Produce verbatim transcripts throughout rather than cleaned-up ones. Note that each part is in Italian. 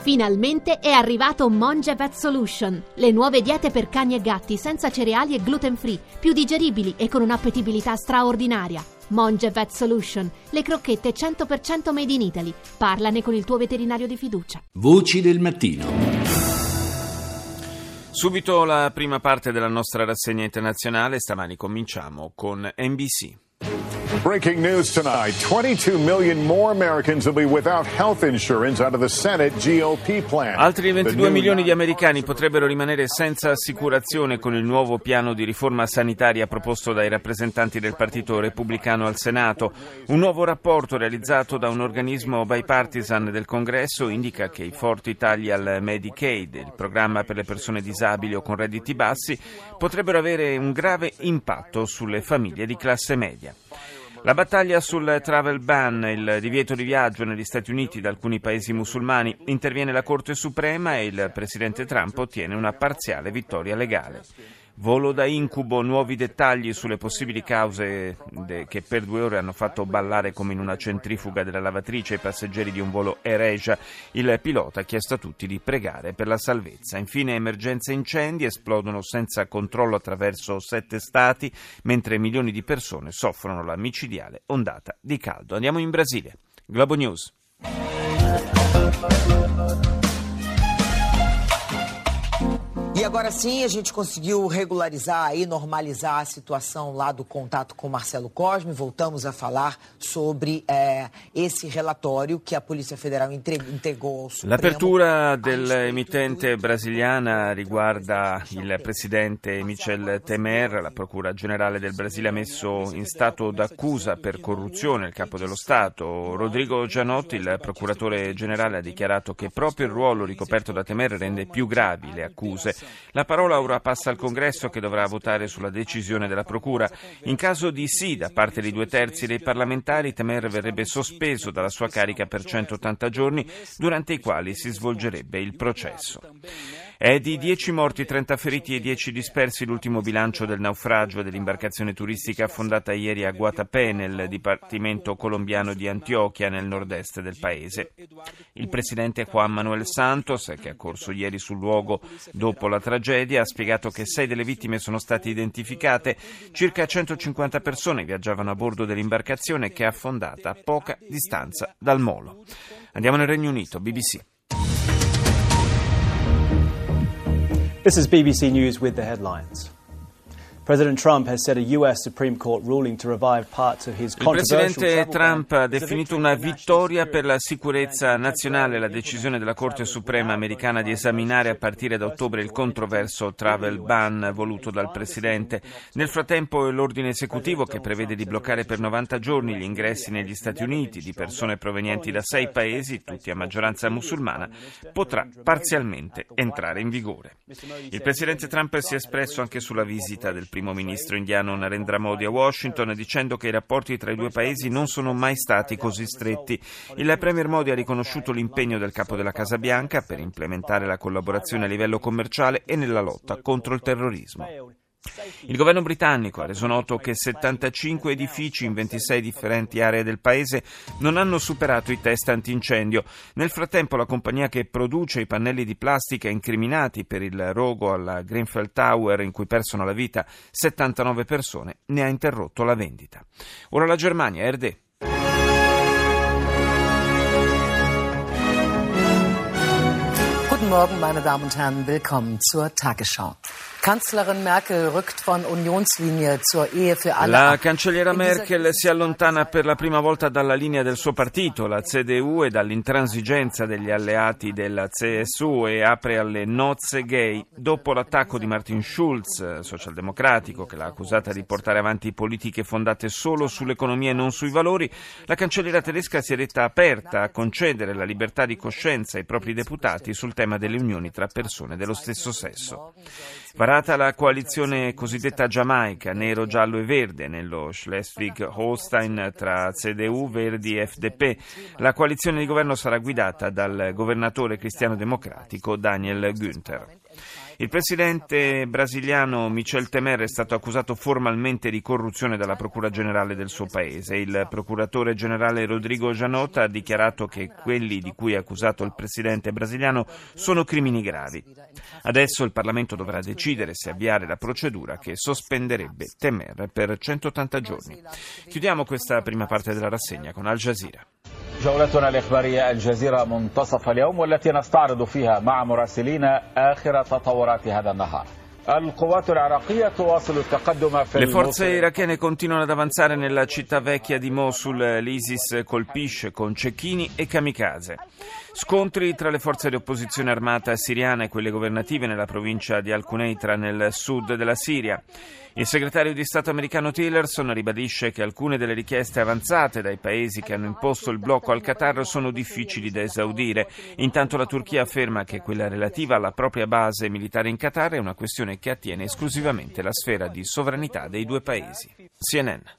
Finalmente è arrivato Monge Vet Solution, le nuove diete per cani e gatti senza cereali e gluten free, più digeribili e con un'appetibilità straordinaria. Monge Vet Solution, le crocchette cento per cento made in Italy. Parlane con il tuo veterinario di fiducia. Voci del mattino. Subito la prima parte della nostra rassegna internazionale. Stamani cominciamo con N B C. Breaking news tonight. twenty-two million more Americans will be without health insurance out of the Senate G O P plan. Altri ventidue milioni di americani potrebbero rimanere senza assicurazione con il nuovo piano di riforma sanitaria proposto dai rappresentanti del Partito Repubblicano al Senato. Un nuovo rapporto realizzato da un organismo bipartisan del Congresso indica che i forti tagli al Medicaid, il programma per le persone disabili o con redditi bassi, potrebbero avere un grave impatto sulle famiglie di classe media. La battaglia sul travel ban, il divieto di viaggio negli Stati Uniti da alcuni paesi musulmani, interviene la Corte Suprema e il presidente Trump ottiene una parziale vittoria legale. Volo da incubo, nuovi dettagli sulle possibili cause de- che per due ore hanno fatto ballare come in una centrifuga della lavatrice i passeggeri di un volo AirAsia. Il pilota ha chiesto a tutti di pregare per la salvezza. Infine emergenze incendi, esplodono senza controllo attraverso sette stati, mentre milioni di persone soffrono la micidiale ondata di caldo. Andiamo in Brasile. Globo News. E agora sim a gente conseguiu regularizar e normalizar a situação lá do contato com Marcelo Cosme. Voltamos a falar sobre eh, esse relatório que a Polícia Federal entregou ao Supremo. L'apertura dell'emittente brasiliana riguarda il presidente Michel Temer. La Procura Generale del Brasile ha messo in stato d'accusa per corruzione il capo dello Stato. Rodrigo Gianotti, il procuratore generale, ha dichiarato che proprio il ruolo ricoperto da Temer rende più gravi le accuse. La parola ora passa al Congresso, che dovrà votare sulla decisione della Procura. In caso di sì da parte di due terzi dei parlamentari, Temer verrebbe sospeso dalla sua carica per centottanta giorni, durante i quali si svolgerebbe il processo. È di dieci morti, trenta feriti e dieci dispersi l'ultimo bilancio del naufragio dell'imbarcazione turistica affondata ieri a Guatapé, nel dipartimento colombiano di Antioquia, nel nord-est del paese. Il presidente Juan Manuel Santos, che ha corso ieri sul luogo dopo la tragedia, ha spiegato che sei delle vittime sono state identificate. Circa centocinquanta persone viaggiavano a bordo dell'imbarcazione, che è affondata a poca distanza dal molo. Andiamo nel Regno Unito, B B C. This is B B C News with the headlines. President Trump has said a U S Supreme Court ruling to revive parts of his controversial Il presidente Trump ha definito una vittoria per la sicurezza nazionale la decisione della Corte Suprema americana di esaminare a partire da ottobre il controverso travel ban voluto dal presidente. Nel frattempo l'ordine esecutivo, che prevede di bloccare per novanta giorni gli ingressi negli Stati Uniti di persone provenienti da sei paesi, tutti a maggioranza musulmana, potrà parzialmente entrare in vigore. Il presidente Trump si è espresso anche sulla visita del primo ministro indiano Narendra Modi a Washington, dicendo che i rapporti tra i due paesi non sono mai stati così stretti. Il premier Modi ha riconosciuto l'impegno del capo della Casa Bianca per implementare la collaborazione a livello commerciale e nella lotta contro il terrorismo. Il governo britannico ha reso noto che settantacinque edifici in ventisei differenti aree del paese non hanno superato i test antincendio. Nel frattempo la compagnia che produce i pannelli di plastica incriminati per il rogo alla Grenfell Tower, in cui persero la vita settantanove persone, ne ha interrotto la vendita. Ora la Germania, R D. Guten Morgen, meine Damen und Herren, willkommen zur Tagesschau. Kanzlerin Merkel rückt von Unionslinie zur Ehe für alle. La cancelliera Merkel si allontana per la prima volta dalla linea del suo partito, la C D U, e dall'intransigenza degli alleati della C S U, e apre alle nozze gay. Dopo l'attacco di Martin Schulz, socialdemocratico, che l'ha accusata di portare avanti politiche fondate solo sull'economia e non sui valori, la cancelliera tedesca si è detta aperta a concedere la libertà di coscienza ai propri deputati sul tema delle unioni tra persone dello stesso sesso. Varata la coalizione cosiddetta giamaica, nero, giallo e verde, nello Schleswig-Holstein tra C D U, Verdi e F D P, la coalizione di governo sarà guidata dal governatore cristiano-democratico Daniel Günther. Il presidente brasiliano Michel Temer è stato accusato formalmente di corruzione dalla Procura Generale del suo paese. Il procuratore generale Rodrigo Janota ha dichiarato che quelli di cui è accusato il presidente brasiliano sono crimini gravi. Adesso il Parlamento dovrà decidere se avviare la procedura che sospenderebbe Temer per centottanta giorni. Chiudiamo questa prima parte della rassegna con Al Jazeera. جولتنا الإخبارية الجزيرة منتصف اليوم والتي نستعرض فيها مع مراسلينا آخر تطورات هذا النهار. Le forze irachene continuano ad avanzare nella città vecchia di Mosul. L'ISIS colpisce con cecchini e kamikaze. Scontri tra le forze di opposizione armata siriana e quelle governative nella provincia di Al-Quneitra nel sud della Siria. Il segretario di Stato americano Tillerson ribadisce che alcune delle richieste avanzate dai paesi che hanno imposto il blocco al Qatar sono difficili da esaudire. Intanto la Turchia afferma che quella relativa alla propria base militare in Qatar è una questione che attiene esclusivamente la sfera di sovranità dei due paesi. C N N.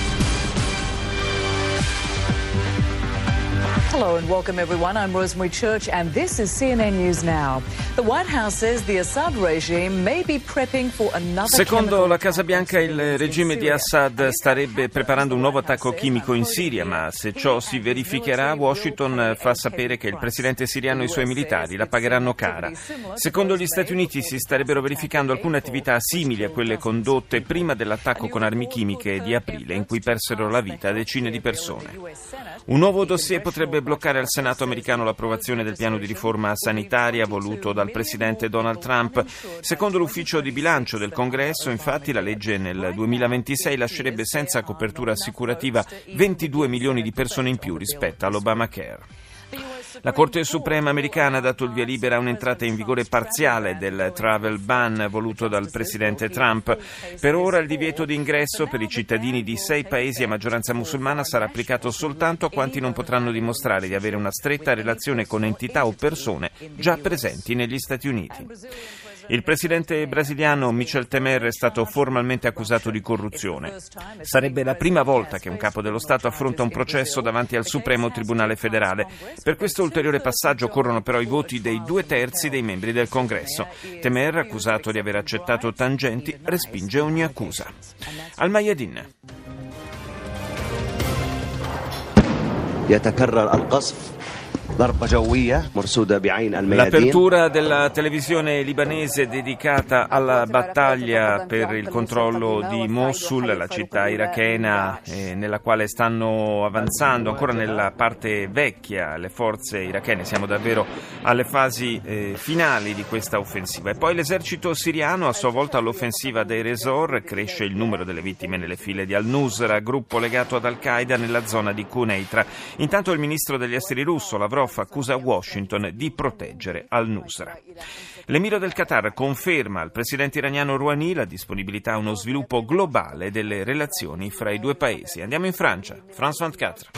Hello and welcome everyone. I'm Rosemary Church and this is C N N News Now. The White House says the Assad regime may be prepping for another Secondo la Casa Bianca il regime di Assad starebbe preparando un nuovo attacco chimico in Siria, ma se ciò si verificherà Washington fa sapere che il presidente siriano e i suoi militari la pagheranno cara. Secondo gli Stati Uniti si starebbero verificando alcune attività simili a quelle condotte prima dell'attacco con armi chimiche di aprile in cui persero la vita decine di persone. Un nuovo dossier potrebbe bloccare al Senato americano l'approvazione del piano di riforma sanitaria voluto dal presidente Donald Trump. Secondo l'ufficio di bilancio del Congresso, infatti, la legge nel duemilaventisei lascerebbe senza copertura assicurativa ventidue milioni di persone in più rispetto all'Obamacare. La Corte Suprema americana ha dato il via libera a un'entrata in vigore parziale del travel ban voluto dal presidente Trump. Per ora il divieto di ingresso per i cittadini di sei paesi a maggioranza musulmana sarà applicato soltanto a quanti non potranno dimostrare di avere una stretta relazione con entità o persone già presenti negli Stati Uniti. Il presidente brasiliano Michel Temer è stato formalmente accusato di corruzione. Sarebbe la prima volta che un capo dello Stato affronta un processo davanti al Supremo Tribunale Federale. Per questo ulteriore passaggio occorrono però i voti dei due terzi dei membri del Congresso. Temer, accusato di aver accettato tangenti, respinge ogni accusa. Al Mayadin. يتكرر القصف L'apertura della televisione libanese dedicata alla battaglia per il controllo di Mosul, la città irachena eh, nella quale stanno avanzando ancora nella parte vecchia le forze irachene. Siamo davvero alle fasi eh, finali di questa offensiva. E poi l'esercito siriano, a sua volta all'offensiva dei Resor, cresce il numero delle vittime nelle file di Al-Nusra, gruppo legato ad Al-Qaeda nella zona di Quneitra. Intanto il ministro degli esteri russo Lavrov accusa Washington di proteggere Al-Nusra. L'emiro del Qatar conferma al presidente iraniano Rouhani la disponibilità a uno sviluppo globale delle relazioni fra i due paesi. Andiamo in Francia. France ventiquattro.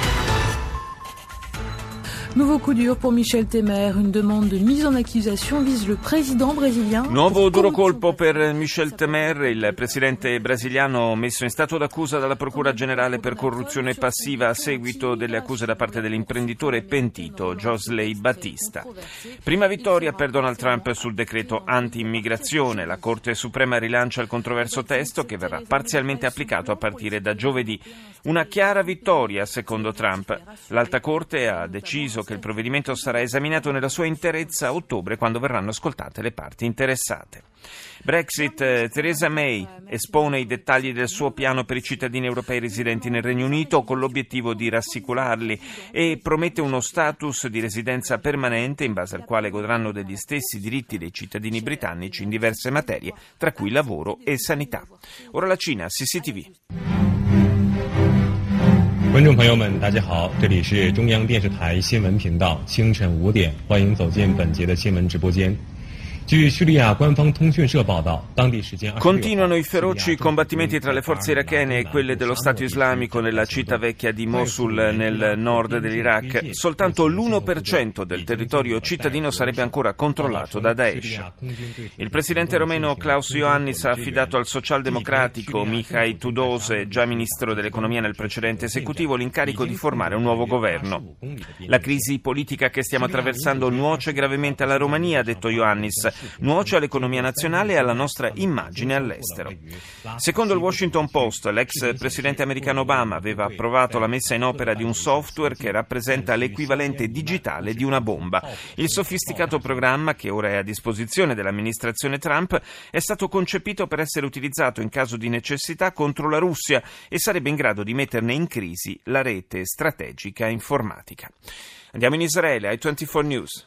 Nouveau coup dur pour Michel Temer, une demande de mise en accusation vise le président brésilien. Nuovo duro colpo per Michel Temer, il presidente brasiliano messo in stato d'accusa dalla Procura Generale per corruzione passiva a seguito delle accuse da parte dell'imprenditore pentito Josley Batista. Prima vittoria per Donald Trump sul decreto anti-immigrazione. La Corte Suprema rilancia il controverso testo che verrà parzialmente applicato a partire da giovedì. Una chiara vittoria secondo Trump. L'Alta Corte ha deciso che il provvedimento sarà esaminato nella sua interezza a ottobre, quando verranno ascoltate le parti interessate. Brexit. Theresa May espone i dettagli del suo piano per i cittadini europei residenti nel Regno Unito con l'obiettivo di rassicurarli e promette uno status di residenza permanente in base al quale godranno degli stessi diritti dei cittadini britannici in diverse materie, tra cui lavoro e sanità. Ora la Cina, C C T V. 观众朋友们，大家好，这里是中央电视台新闻频道，清晨五点，欢迎走进本节的新闻直播间。 Continuano i feroci combattimenti tra le forze irachene e quelle dello Stato islamico nella città vecchia di Mosul nel nord dell'Iraq. Soltanto l'uno per cento del territorio cittadino sarebbe ancora controllato da Daesh. Il presidente romeno Klaus Iohannis ha affidato al socialdemocratico Mihai Tudose, già ministro dell'economia nel precedente esecutivo, l'incarico di formare un nuovo governo. La crisi politica che stiamo attraversando nuoce gravemente alla Romania, ha detto Iohannis. nuoce all'economia nazionale e alla nostra immagine all'estero. Secondo il Washington Post, l'ex presidente americano Obama aveva approvato la messa in opera di un software che rappresenta l'equivalente digitale di una bomba. Il sofisticato programma, che ora è a disposizione dell'amministrazione Trump, è stato concepito per essere utilizzato in caso di necessità contro la Russia e sarebbe in grado di metterne in crisi la rete strategica informatica. Andiamo in Israele, ai ventiquattro News.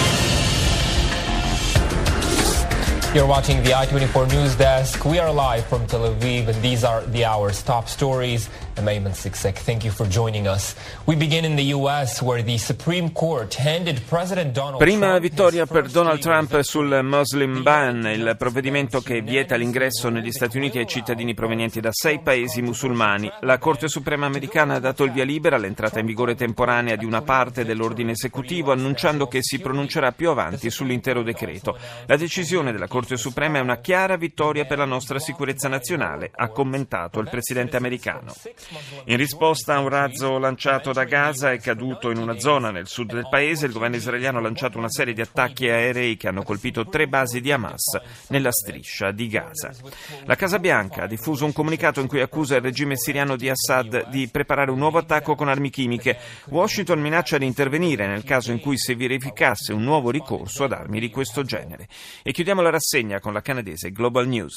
You're watching the I twenty-four News Desk. We are live from Tel Aviv, and these are the hour's top stories. I'm Ayman Siksek. Thank you for joining us. We begin in the U S, where the Supreme Court handed President Donald Prima Trump vittoria per Donald Trump sul Muslim ban, il provvedimento che vieta l'ingresso negli Stati Uniti ai cittadini provenienti da sei paesi musulmani. La Corte Suprema americana ha dato il via libera all'entrata in vigore temporanea di una parte dell'ordine esecutivo, annunciando che si pronuncerà più avanti sull'intero decreto. La decisione della Corte Suprema è una chiara vittoria per la nostra sicurezza nazionale, ha commentato il presidente americano. In risposta a un razzo lanciato da Gaza è caduto in una zona nel sud del paese, il governo israeliano ha lanciato una serie di attacchi aerei che hanno colpito tre basi di Hamas nella striscia di Gaza. La Casa Bianca ha diffuso un comunicato in cui accusa il regime siriano di Assad di preparare un nuovo attacco con armi chimiche. Washington minaccia di intervenire nel caso in cui si verificasse un nuovo ricorso ad armi di questo genere. E chiudiamo la rassegna con la canadese Global News.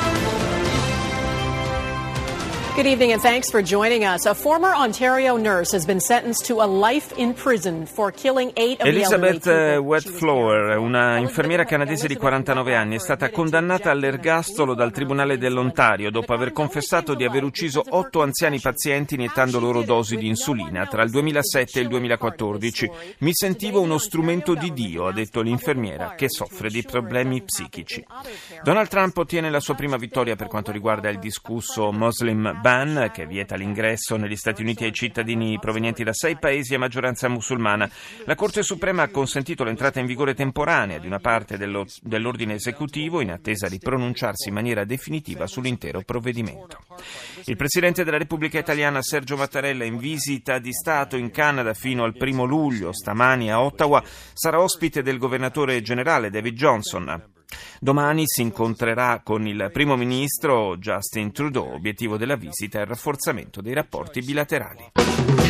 Good evening and thanks for joining us. A former Ontario nurse has been sentenced to a life in prison for killing eight of the Elizabeth elderly. Wetflower, una infermiera canadese di quarantanove anni, è stata condannata all'ergastolo dal Tribunale dell'Ontario dopo aver confessato di aver ucciso otto anziani pazienti iniettando loro dosi di insulina tra il duemilasette e il duemilaquattordici. Mi sentivo uno strumento di Dio, ha detto l'infermiera, che soffre di problemi psichici. Donald Trump ottiene la sua prima vittoria per quanto riguarda il discusso Muslim ban, che vieta l'ingresso negli Stati Uniti ai cittadini provenienti da sei paesi a maggioranza musulmana. La Corte Suprema ha consentito l'entrata in vigore temporanea di una parte dello, dell'ordine esecutivo in attesa di pronunciarsi in maniera definitiva sull'intero provvedimento. Il Presidente della Repubblica Italiana Sergio Mattarella, in visita di Stato in Canada fino al primo luglio, stamani a Ottawa, sarà ospite del governatore generale David Johnson. Domani si incontrerà con il primo ministro Justin Trudeau. Obiettivo della visita è il rafforzamento dei rapporti bilaterali.